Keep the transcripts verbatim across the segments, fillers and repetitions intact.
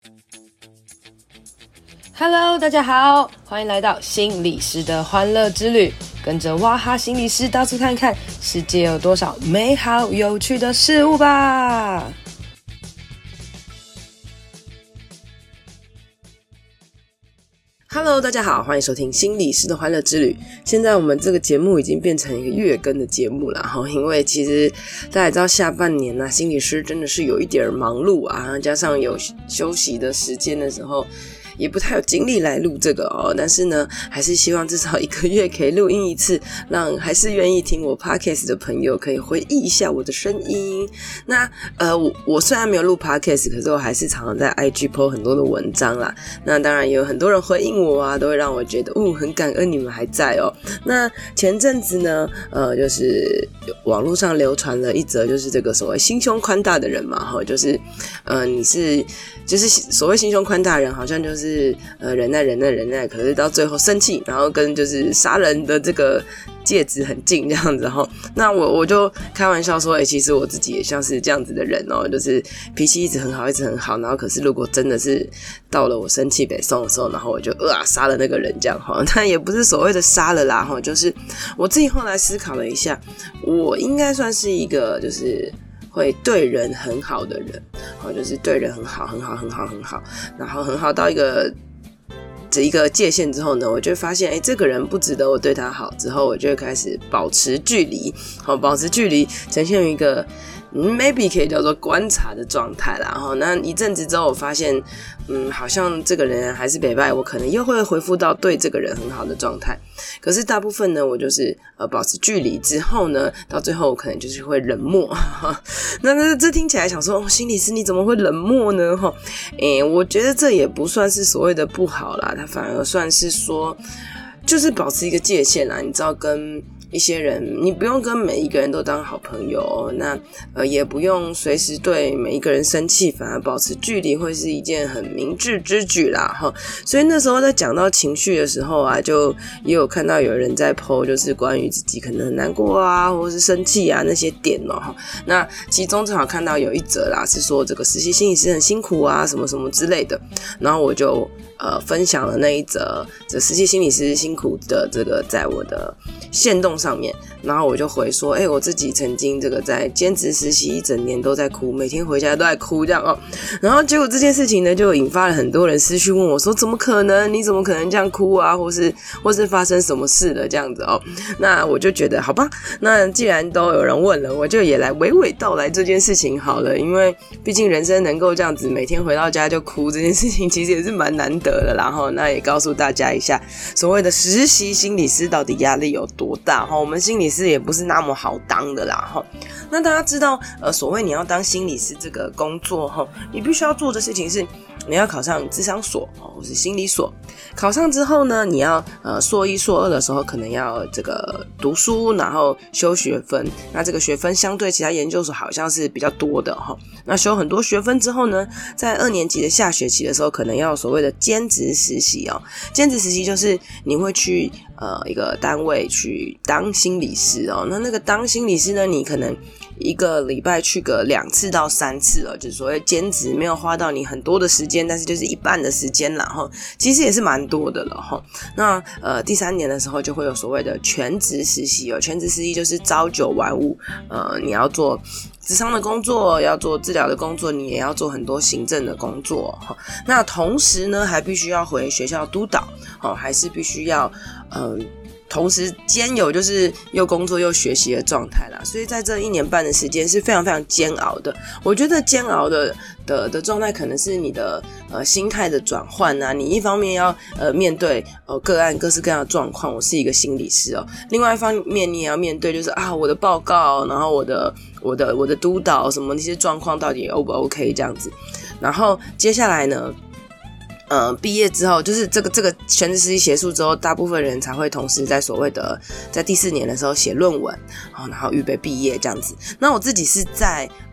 Hello， 大家好，欢迎来到心理师的欢乐之旅，跟着哇哈心理师到处看看世界有多少美好有趣的事物吧。Hello， 大家好，欢迎收听心理师的欢乐之旅。现在我们这个节目已经变成一个月更的节目了，因为其实大家也知道下半年啊，心理师真的是有一点忙碌啊，加上有休息的时间的时候，也不太有精力来录这个哦，但是呢，还是希望至少一个月可以录音一次，让还是愿意听我 podcast 的朋友可以回忆一下我的声音。那呃，我我虽然没有录 podcast， 可是我还是常常在 I G po 很多的文章啦。那当然也有很多人回应我啊，都会让我觉得，哦，很感恩你们还在哦。那前阵子呢，呃，就是网络上流传了一则，就是这个所谓心胸宽大的人嘛，哈，就是呃，你是就是所谓心胸宽大的人，好像就是。是呃忍耐忍耐忍耐，可是到最后生气，然后跟就是杀人的这个戒指很近这样子齁。那我我就开玩笑说，哎、欸，其实我自己也像是这样子的人哦，就是脾气一直很好，一直很好，然后可是如果真的是到了我生气北宋的时候，然后我就啊杀了那个人这样齁。但也不是所谓的杀了啦齁，就是我自己后来思考了一下，我应该算是一个就是会对人很好的人，哦，就是对人很好，很好，很好，很好，然后很好到一个这一个界限之后呢，我就会发现，哎，这个人不值得我对他好，之后我就会开始保持距离，好，保持距离，呈现于一个maybe 可以叫做观察的状态啦。齁，那一阵子之后，我发现，嗯，好像这个人还是北拜，我可能又会恢复到对这个人很好的状态。可是大部分呢，我就是呃保持距离之后呢，到最后我可能就是会冷漠。那那这听起来想说，哦，心理师你怎么会冷漠呢？齁，诶，我觉得这也不算是所谓的不好啦，它反而算是说，就是保持一个界限啦。你知道跟一些人，你不用跟每一个人都当好朋友，那呃也不用随时对每一个人生气，反而保持距离会是一件很明智之举啦齁。所以那时候在讲到情绪的时候啊，就也有看到有人在 po 就是关于自己可能很难过啊，或是生气啊那些点哦齁。那其中正好看到有一则啦，是说这个实习心理师很辛苦啊，什么什么之类的，然后我就呃分享了那一则这实习心理师辛苦的这个在我的限动上面，然后我就回说，哎、欸，我自己曾经这个在兼职实习一整年都在哭，每天回家都在哭这样哦。然后结果这件事情呢，就引发了很多人私讯问我说，怎么可能？你怎么可能这样哭啊？或是或是发生什么事了这样子哦？那我就觉得好吧，那既然都有人问了，我就也来娓娓道来这件事情好了，因为毕竟人生能够这样子每天回到家就哭这件事情，其实也是蛮难得的啦。然后那也告诉大家一下，所谓的实习心理师到底压力有多大？我们心理师也不是那么好当的啦。那大家知道，呃，所谓你要当心理师这个工作，你必须要做的事情是，你要考上諮商所或是心理所。考上之后呢，你要呃硕一硕二的时候可能要这个读书，然后修学分。那这个学分相对其他研究所好像是比较多的齁。那修很多学分之后呢，在二年级的下学期的时候，可能要有所谓的兼职实习哦。兼职实习就是你会去呃一个单位去当心理师哦。那那个当心理师呢，你可能一个礼拜去个两次到三次了，就是所谓兼职，没有花到你很多的时间，但是就是一半的时间啦齁，其实也是蛮多的了齁。那呃第三年的时候就会有所谓的全职实习哦，全职实习就是朝九晚五，呃你要做諮商的工作，要做治疗的工作，你也要做很多行政的工作齁。那同时呢，还必须要回学校督导齁，还是必须要嗯。呃同时兼有就是又工作又学习的状态啦，所以在这一年半的时间是非常非常煎熬的。我觉得煎熬的的的状态可能是你的呃心态的转换啊，你一方面要呃面对呃个案各式各样的状况，我是一个心理师哦，另外一方面你也要面对就是啊我的报告，然后我的我的我的督导什么那些状况到底 O 不 OK 这样子，然后接下来呢。呃，毕业之后，就是这个这个全职实习结束之后，大部分人才会同时在所谓的在第四年的时候写论文，然后预备毕业这样子。那我自己是在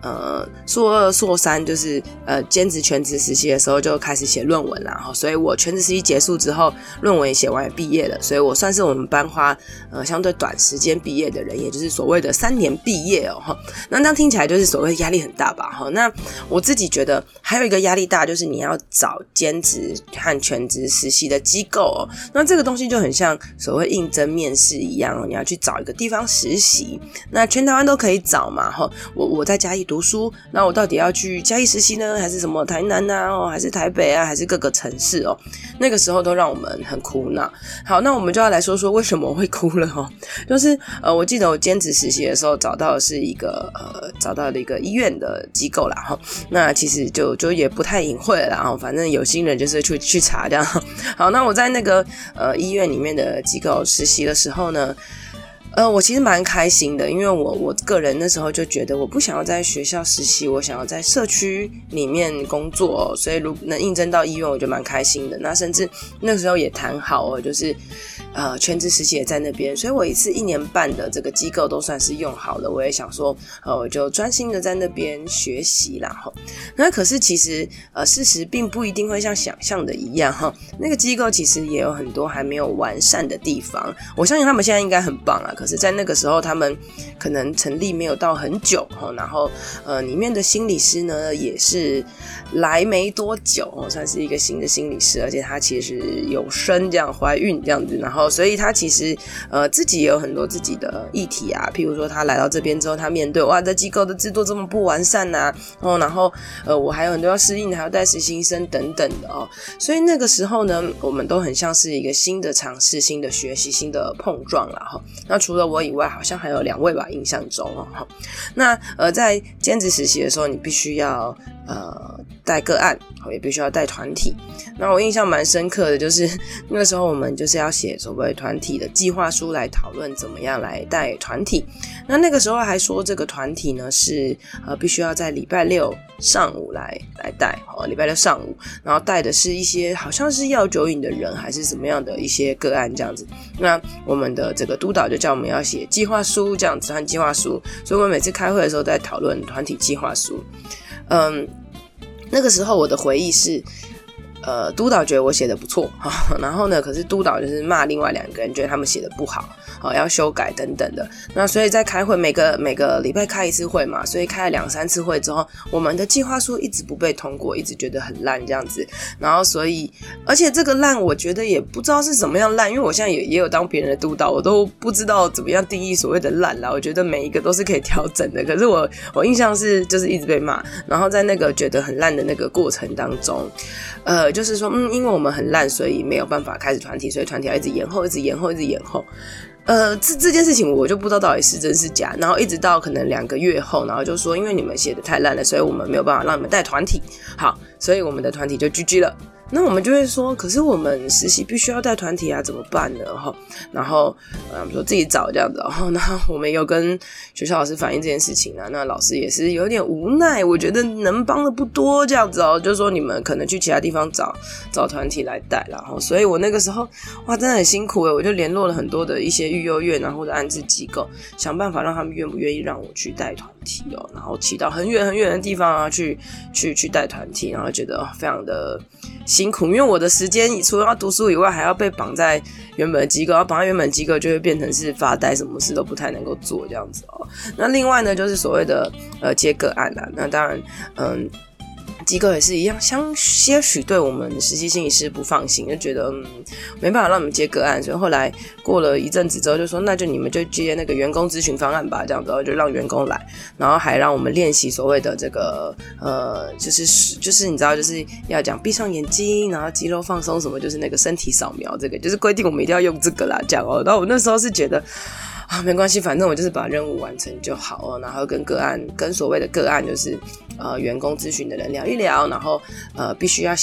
呃硕二硕三就是呃兼职全职实习的时候就开始写论文啦，所以我全职实习结束之后论文也写完也毕业了，所以我算是我们班花呃相对短时间毕业的人，也就是所谓的三年毕业哦。那这样听起来就是所谓压力很大吧。那我自己觉得还有一个压力大，就是你要找兼职和全职实习的机构哦。那这个东西就很像所谓应征面试一样哦，你要去找一个地方实习，那全台湾都可以找嘛。我我在嘉义读书，那我到底要去嘉义实习呢，还是什么台南啊、哦、还是台北啊，还是各个城市哦？那个时候都让我们很苦恼。好，那我们就要来说说为什么我会哭了哦。就是呃，我记得我兼职实习的时候找到的是一个呃，找到了一个医院的机构啦哈。那其实就就也不太隐晦了啦，反正有心人就是去去查这样。好，那我在那个呃医院里面的机构实习的时候呢。呃，我其实蛮开心的，因为我我个人那时候就觉得我不想要在学校实习，我想要在社区里面工作哦，所以如果能应征到医院，我就蛮开心的。那甚至那时候也谈好哦，就是呃全职实习也在那边，所以我一次一年半的这个机构都算是用好了。我也想说，呃，我就专心的在那边学习啦哈。那可是其实呃事实并不一定会像想象的一样哈，那个机构其实也有很多还没有完善的地方。我相信他们现在应该很棒啊。可是在那个时候他们可能成立没有到很久，然后呃里面的心理师呢也是来没多久，算是一个新的心理师，而且他其实有生这样怀孕这样子，然后所以他其实呃自己也有很多自己的议题啊，譬如说他来到这边之后，他面对哇这机构的制度这么不完善啊，哦然后呃我还有很多要适应，还要带实习生等等的哦，所以那个时候呢我们都很像是一个新的尝试、新的学习、新的碰撞啦哈。那除了我以外，好像还有两位吧，印象中哦。那呃，在兼职实习的时候，你必须要呃带个案，也必须要带团体。那我印象蛮深刻的，就是那个时候我们就是要写所谓团体的计划书，来讨论怎么样来带团体。那那个时候还说这个团体呢是呃必须要在礼拜六上午来来带，哦，礼拜六上午，然后带的是一些好像是药酒瘾的人，还是什么样的一些个案这样子。那我们的这个督导就叫我们要写计划书这样子，和计划书，所以我们每次开会的时候在讨论团体计划书。嗯，那个时候我的回忆是。呃，督导觉得我写的不错，然后呢，可是督导就是骂另外两个人，觉得他们写的不好，要修改等等的。那所以在开会，每个每个礼拜开一次会嘛，所以开了两三次会之后，我们的计划书一直不被通过，一直觉得很烂这样子。然后所以，而且这个烂，我觉得也不知道是怎么样烂，因为我现在也也有当别人的督导，我都不知道怎么样定义所谓的烂啦。我觉得每一个都是可以调整的，可是我我印象是就是一直被骂，然后在那个觉得很烂的那个过程当中，呃。就是说，嗯，因为我们很烂，所以没有办法开始团体，所以团体要一直延后，一直延后，一直延后。呃，这这件事情我就不知道到底是真是假。然后一直到可能两个月后，然后就说，因为你们写的太烂了，所以我们没有办法让你们带团体。好，所以我们的团体就 G G 了。那我们就会说，可是我们实习必须要带团体啊，怎么办呢？然后呃，说自己找这样子，然后那我们有跟学校老师反映这件事情啊，那老师也是有点无奈，我觉得能帮的不多这样子哦，就是说你们可能去其他地方找找团体来带，然后所以我那个时候哇真的很辛苦耶，我就联络了很多的一些育幼院然后或者安置机构，想办法让他们愿不愿意让我去带团体哦，然后骑到很远很远的地方啊去去去带团体，然后觉得、哦、非常的辛苦，因为我的时间除了要读书以外，还要被绑在原本的机构，要绑在原本的机构就会变成是发呆，什么事都不太能够做这样子哦。那另外呢，就是所谓的呃接个案啦，那当然嗯。机构也是一样，相些许对我们实习心理师不放心，就觉得嗯没办法让你们接个案，所以后来过了一阵子之后就说，那就你们就接那个员工咨询方案吧，这样子就让员工来，然后还让我们练习所谓的这个呃，就是就是你知道就是要讲闭上眼睛，然后肌肉放松什么，就是那个身体扫描，这个就是规定我们一定要用这个啦，这样哦。然后我那时候是觉得。啊，没关系，反正我就是把任务完成就好哦。然后跟个案，跟所谓的个案就是呃员工咨询的人聊一聊，然后呃必须要写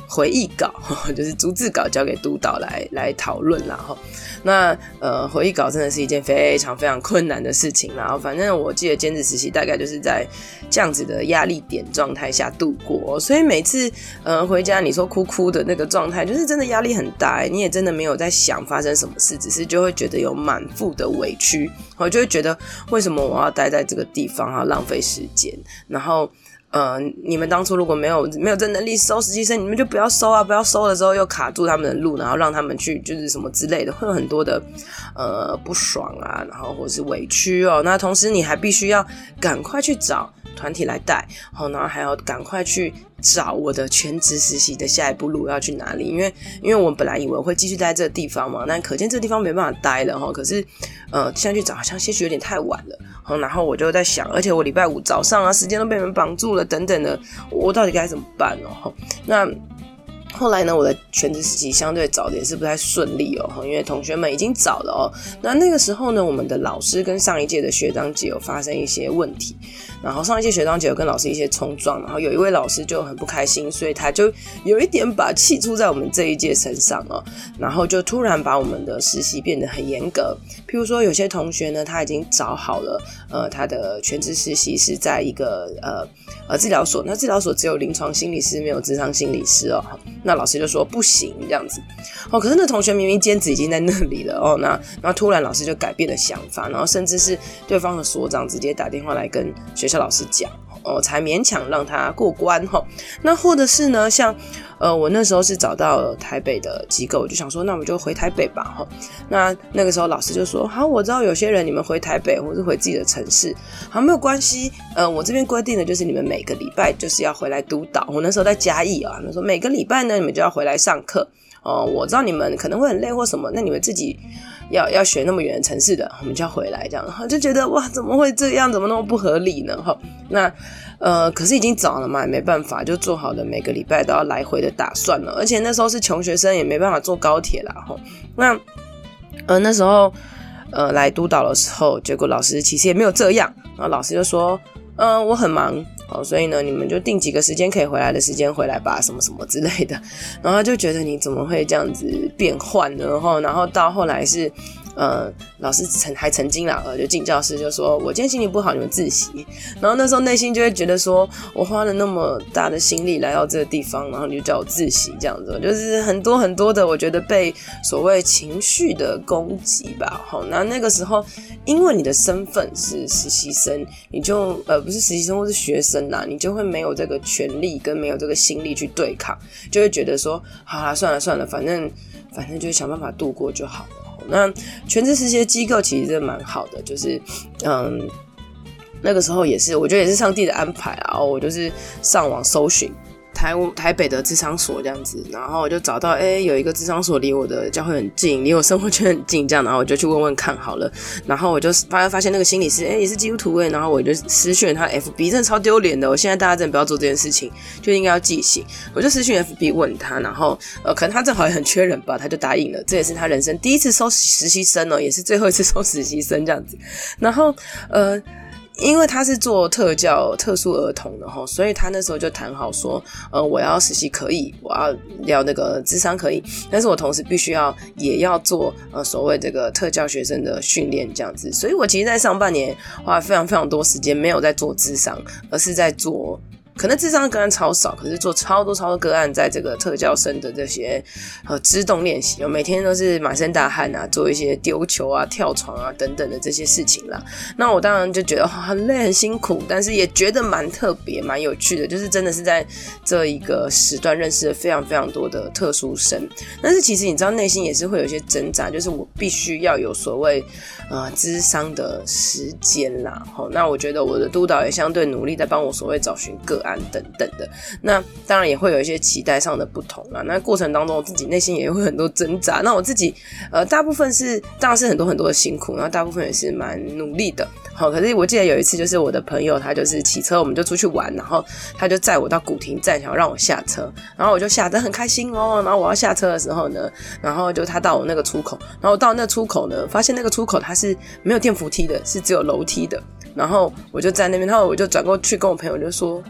回忆稿，就是逐字稿交给督导来来讨论啦。那呃回忆稿真的是一件非常非常困难的事情啦。反正我记得兼职实习大概就是在这样子的压力点状态下度过，所以每次呃回家你说哭哭的那个状态，就是真的压力很大、欸，你也真的没有在想发生什么事，只是就会觉得有满腹的委屈，我就会觉得为什么我要待在这个地方，要浪费时间，然后。呃，你们当初如果没有没有这能力收实习生，你们就不要收啊！不要收了之后又卡住他们的路，然后让他们去就是什么之类的，会有很多的呃不爽啊，然后或是委屈哦。那同时你还必须要赶快去找团体来带，好，然后还要赶快去找我的全职实习的下一步路要去哪里，因为因为我们本来以为我会继续待在这个地方嘛，但可见这个地方没办法待了哈。可是呃现在去找好像些许有点太晚了，好，然后我就在想，而且我礼拜五早上啊时间都被你们绑住了等等的，我到底该怎么办哦？那后来呢，我的全职实习相对找的也是不太顺利哦，因为同学们已经找了哦。那那个时候呢，我们的老师跟上一届的学长姐有发生一些问题，然后上一届学长姐有跟老师一些冲撞，然后有一位老师就很不开心，所以他就有一点把气出在我们这一届身上哦，然后就突然把我们的实习变得很严格。譬如说，有些同学呢，他已经找好了，呃，他的全职实习是在一个呃呃治疗所，那治疗所只有临床心理师，没有諮商心理师哦。那老师就说不行这样子哦，可是那同学明明兼职已经在那里了哦，那然后突然老师就改变了想法，然后甚至是对方的所长直接打电话来跟学校老师讲哦，才勉强让他过关哈、哦。那或者是呢，像呃我那时候是找到台北的机构，我就想说那我们就回台北吧哈、哦。那那个时候老师就说好，我知道有些人你们回台北或是回自己的城市，好没有关系，呃我这边规定的就是你们每个礼拜就是要回来督导。我那时候在嘉义啊，那时候每个礼拜呢你们就要回来上课哦。我知道你们可能会很累或什么，那你们自己要要选那么远的城市的，我们就要回来这样，就觉得哇怎么会这样，怎么那么不合理呢？哈，那呃可是已经早了嘛，也没办法，就做好了每个礼拜都要来回的打算了，而且那时候是穷学生，也没办法坐高铁啦。哈，那呃那时候呃来督导的时候，结果老师其实也没有这样，然后老师就说嗯、呃、我很忙。好，所以呢，你们就定几个时间可以回来的时间回来吧，什么什么之类的。然后他就觉得你怎么会这样子变换呢？然后到后来是，呃，老师曾还曾经啦，呃，就进教室就说，我今天心情不好，你们自习。然后那时候内心就会觉得说，我花了那么大的心力来到这个地方，然后你就叫我自习这样子，就是很多很多的，我觉得被所谓情绪的攻击吧。好，那那个时候，因为你的身份是实习生，你就呃不是实习生或是学生啦，你就会没有这个权利跟没有这个心力去对抗，就会觉得说，好啦，算了算了，反正反正就是想办法度过就好了。那全职实习的机构其实真的蛮好的，就是嗯，那个时候也是，我觉得也是上帝的安排啊。我就是上网搜寻台台北的諮商所这样子，然后我就找到哎、欸、有一个諮商所离我的教会很近，离我生活圈很近这样，然后我就去问问看好了，然后我就发发现那个心理师哎、欸、也是基督徒哎，然后我就私讯他的 F B， 真的超丢脸的，我现在大家真的不要做这件事情，就应该要记醒。我就私讯 F B 问他，然后呃可能他正好也很缺人吧，他就答应了，这也是他人生第一次收实习生哦，也是最后一次收实习生这样子，然后呃。因为他是做特教特殊儿童的齁，所以他那时候就谈好说，呃，我要实习可以，我要要那个諮商可以，但是我同时必须要也要做呃所谓这个特教学生的训练这样子，所以我其实在上半年花了非常非常多时间没有在做諮商，而是在做。可能諮商个案超少，可是做超多超多个案，在这个特教生的这些呃肢动练习，每天都是满身大汗啊，做一些丢球啊、跳床啊等等的这些事情啦。那我当然就觉得、哦、很累、很辛苦，但是也觉得蛮特别、蛮有趣的，就是真的是在这一个时段认识了非常非常多的特殊生。但是其实你知道，内心也是会有一些挣扎，就是我必须要有所谓呃諮商的时间啦。齁，那我觉得我的督导也相对努力在帮我所谓找寻个案等等的，那当然也会有一些期待上的不同啦。那过程当中我自己内心也会很多挣扎，那我自己呃大部分是当然是很多很多的辛苦，然后大部分也是蛮努力的。好，可是我记得有一次就是我的朋友他就是骑车，我们就出去玩，然后他就载我到古亭站，想要让我下车，然后我就下得很开心哦。然后我要下车的时候呢，然后就他到我那个出口，然后我到那出口呢，发现那个出口它是没有电扶梯的，是只有楼梯的。然后我就在那边，然后我就转过去跟我朋友就说，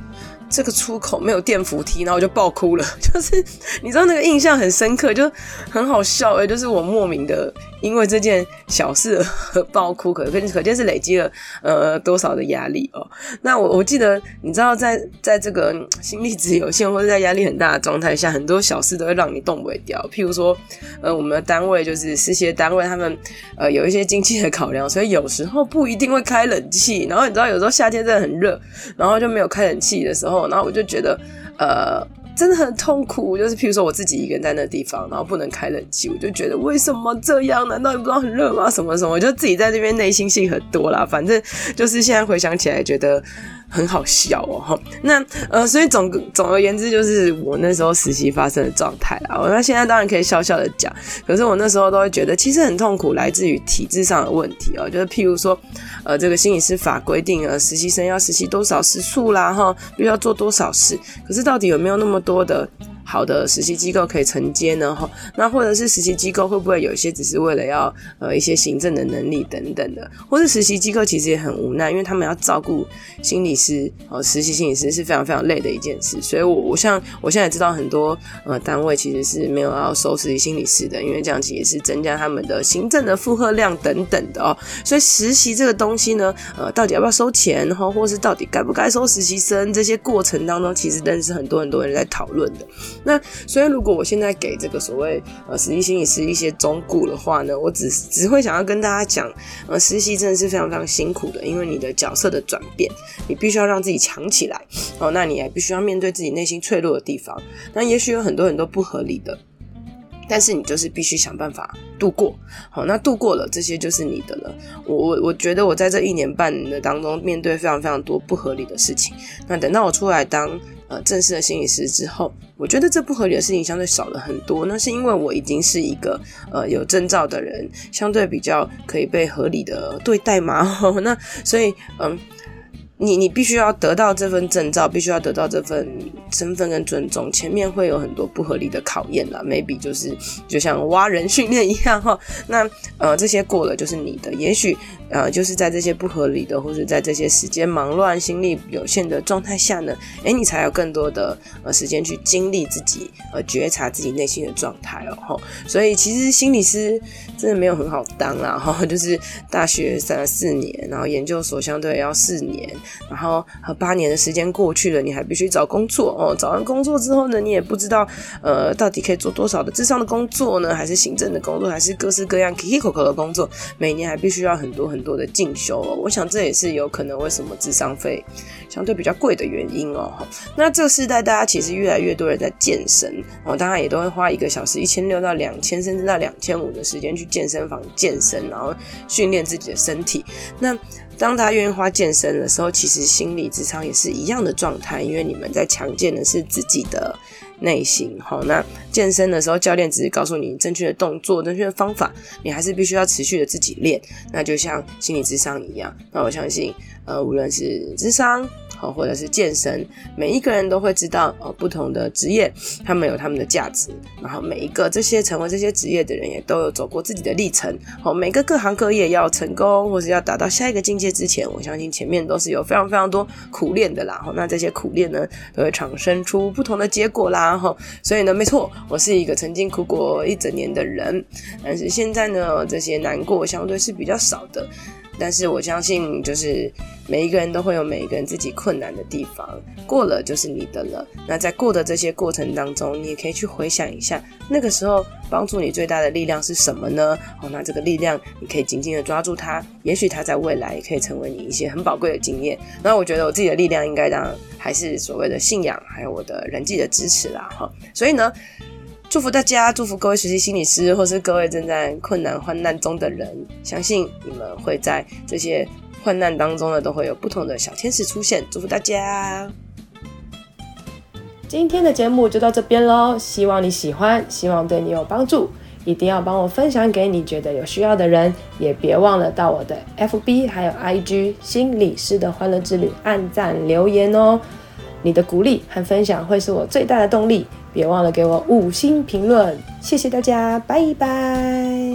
这个出口没有电扶梯，然后我就爆哭了，就是你知道那个印象很深刻，就很好笑欸，就是我莫名的因为这件小事而爆哭，可可见是累积了呃多少的压力哦。那我我记得你知道在在这个心力值有限或者在压力很大的状态下，很多小事都会让你动不掉。譬如说呃我们的单位就是实习的单位，他们呃有一些经济的考量，所以有时候不一定会开冷气，然后你知道有时候夏天真的很热，然后就没有开冷气的时候，然后我就觉得呃真的很痛苦，就是譬如说我自己一个人在那个地方，然后不能开冷气，我就觉得为什么这样？难道你不知道很热吗？什么什么，我就自己在那边内心戏很多啦。反正就是现在回想起来觉得很好笑哦。那呃，所以总总而言之，就是我那时候实习发生的状态啦。我那现在当然可以笑笑的讲，可是我那时候都会觉得其实很痛苦，来自于体制上的问题哦。就是譬如说，呃，这个心理师法规定了实习生要实习多少时数啦，哈，必须要做多少事，可是到底有没有那么多的好的实习机构可以承接呢？那或者是实习机构会不会有一些只是为了要呃一些行政的能力等等的，或是实习机构其实也很无奈，因为他们要照顾心理师哦，实习心理师是非常非常累的一件事，所以我我像我现在知道很多呃单位其实是没有要收实习心理师的，因为这样其实是增加他们的行政的负荷量等等的哦。所以实习这个东西呢，呃，到底要不要收钱，或或是到底该不该收实习生，这些过程当中，其实真的是很多很多人在讨论的。那所以如果我现在给这个所谓呃实习心理师一些忠告的话呢，我只只会想要跟大家讲，呃实习真的是非常非常辛苦的，因为你的角色的转变，你必须要让自己强起来哦，那你还必须要面对自己内心脆弱的地方，那也许有很多很多不合理的，但是你就是必须想办法度过，好，那度过了这些就是你的了。我我我觉得我在这一年半的当中面对非常非常多不合理的事情，那等到我出来当呃正式的心理师之后，我觉得这不合理的事情相对少了很多。那是因为我已经是一个呃有证照的人，相对比较可以被合理的对待嘛。那所以嗯。你你必须要得到这份证照，必须要得到这份身份跟尊重，前面会有很多不合理的考验啦 maybe 就是就像挖人训练一样齁，那呃这些过了就是你的，也许呃就是在这些不合理的或是在这些时间忙乱心力有限的状态下呢，诶你才有更多的呃时间去经历自己呃觉察自己内心的状态哦齁。所以其实心理师真的没有很好当啦齁，就是大学三四年，然后研究所相对要四年，然后八年的时间过去了，你还必须找工作哦。找完工作之后呢，你也不知道呃到底可以做多少的諮商的工作呢，还是行政的工作，还是各式各样 Kiki Coco 的工作，每年还必须要很多很多的进修哦。我想这也是有可能为什么諮商费相对比较贵的原因哦。那这个世代大家其实越来越多人在健身哦，当然也都会花一个小时一千六到两千甚至到两千五的时间去健身房健身，然后训练自己的身体。那当他愿意花健身的时候，其实心理諮商也是一样的状态，因为你们在强健的是自己的内心。好，那健身的时候，教练只是告诉你正确的动作、正确的方法，你还是必须要持续的自己练。那就像心理諮商一样，那我相信，呃，无论是諮商，好，或者是健身，每一个人都会知道，哦，不同的职业，他们有他们的价值。然后每一个这些成为这些职业的人，也都有走过自己的历程。好，每个各行各业要成功，或是要达到下一个境界之前，我相信前面都是有非常非常多苦练的啦。那这些苦练呢，都会产生出不同的结果啦。所以呢，没错，我是一个曾经苦过一整年的人，但是现在呢，这些难过相对是比较少的。但是我相信就是每一个人都会有每一个人自己困难的地方，过了就是你的了。那在过的这些过程当中，你也可以去回想一下，那个时候帮助你最大的力量是什么呢？哦，那这个力量你可以紧紧的抓住它，也许它在未来也可以成为你一些很宝贵的经验。那我觉得我自己的力量应该当然还是所谓的信仰，还有我的人际的支持啦。所以呢，祝福大家，祝福各位实习心理师，或是各位正在困难患难中的人，相信你们会在这些患难当中呢，都会有不同的小天使出现。祝福大家！ 今天的节目就到这边咯，希望你喜欢，希望对你有帮助，一定要帮我分享给你觉得有需要的人，也别忘了到我的 F B 还有 I G 心理师的欢乐之旅按赞留言哦。你的鼓励和分享会是我最大的动力，别忘了给我五星评论，谢谢大家，拜拜。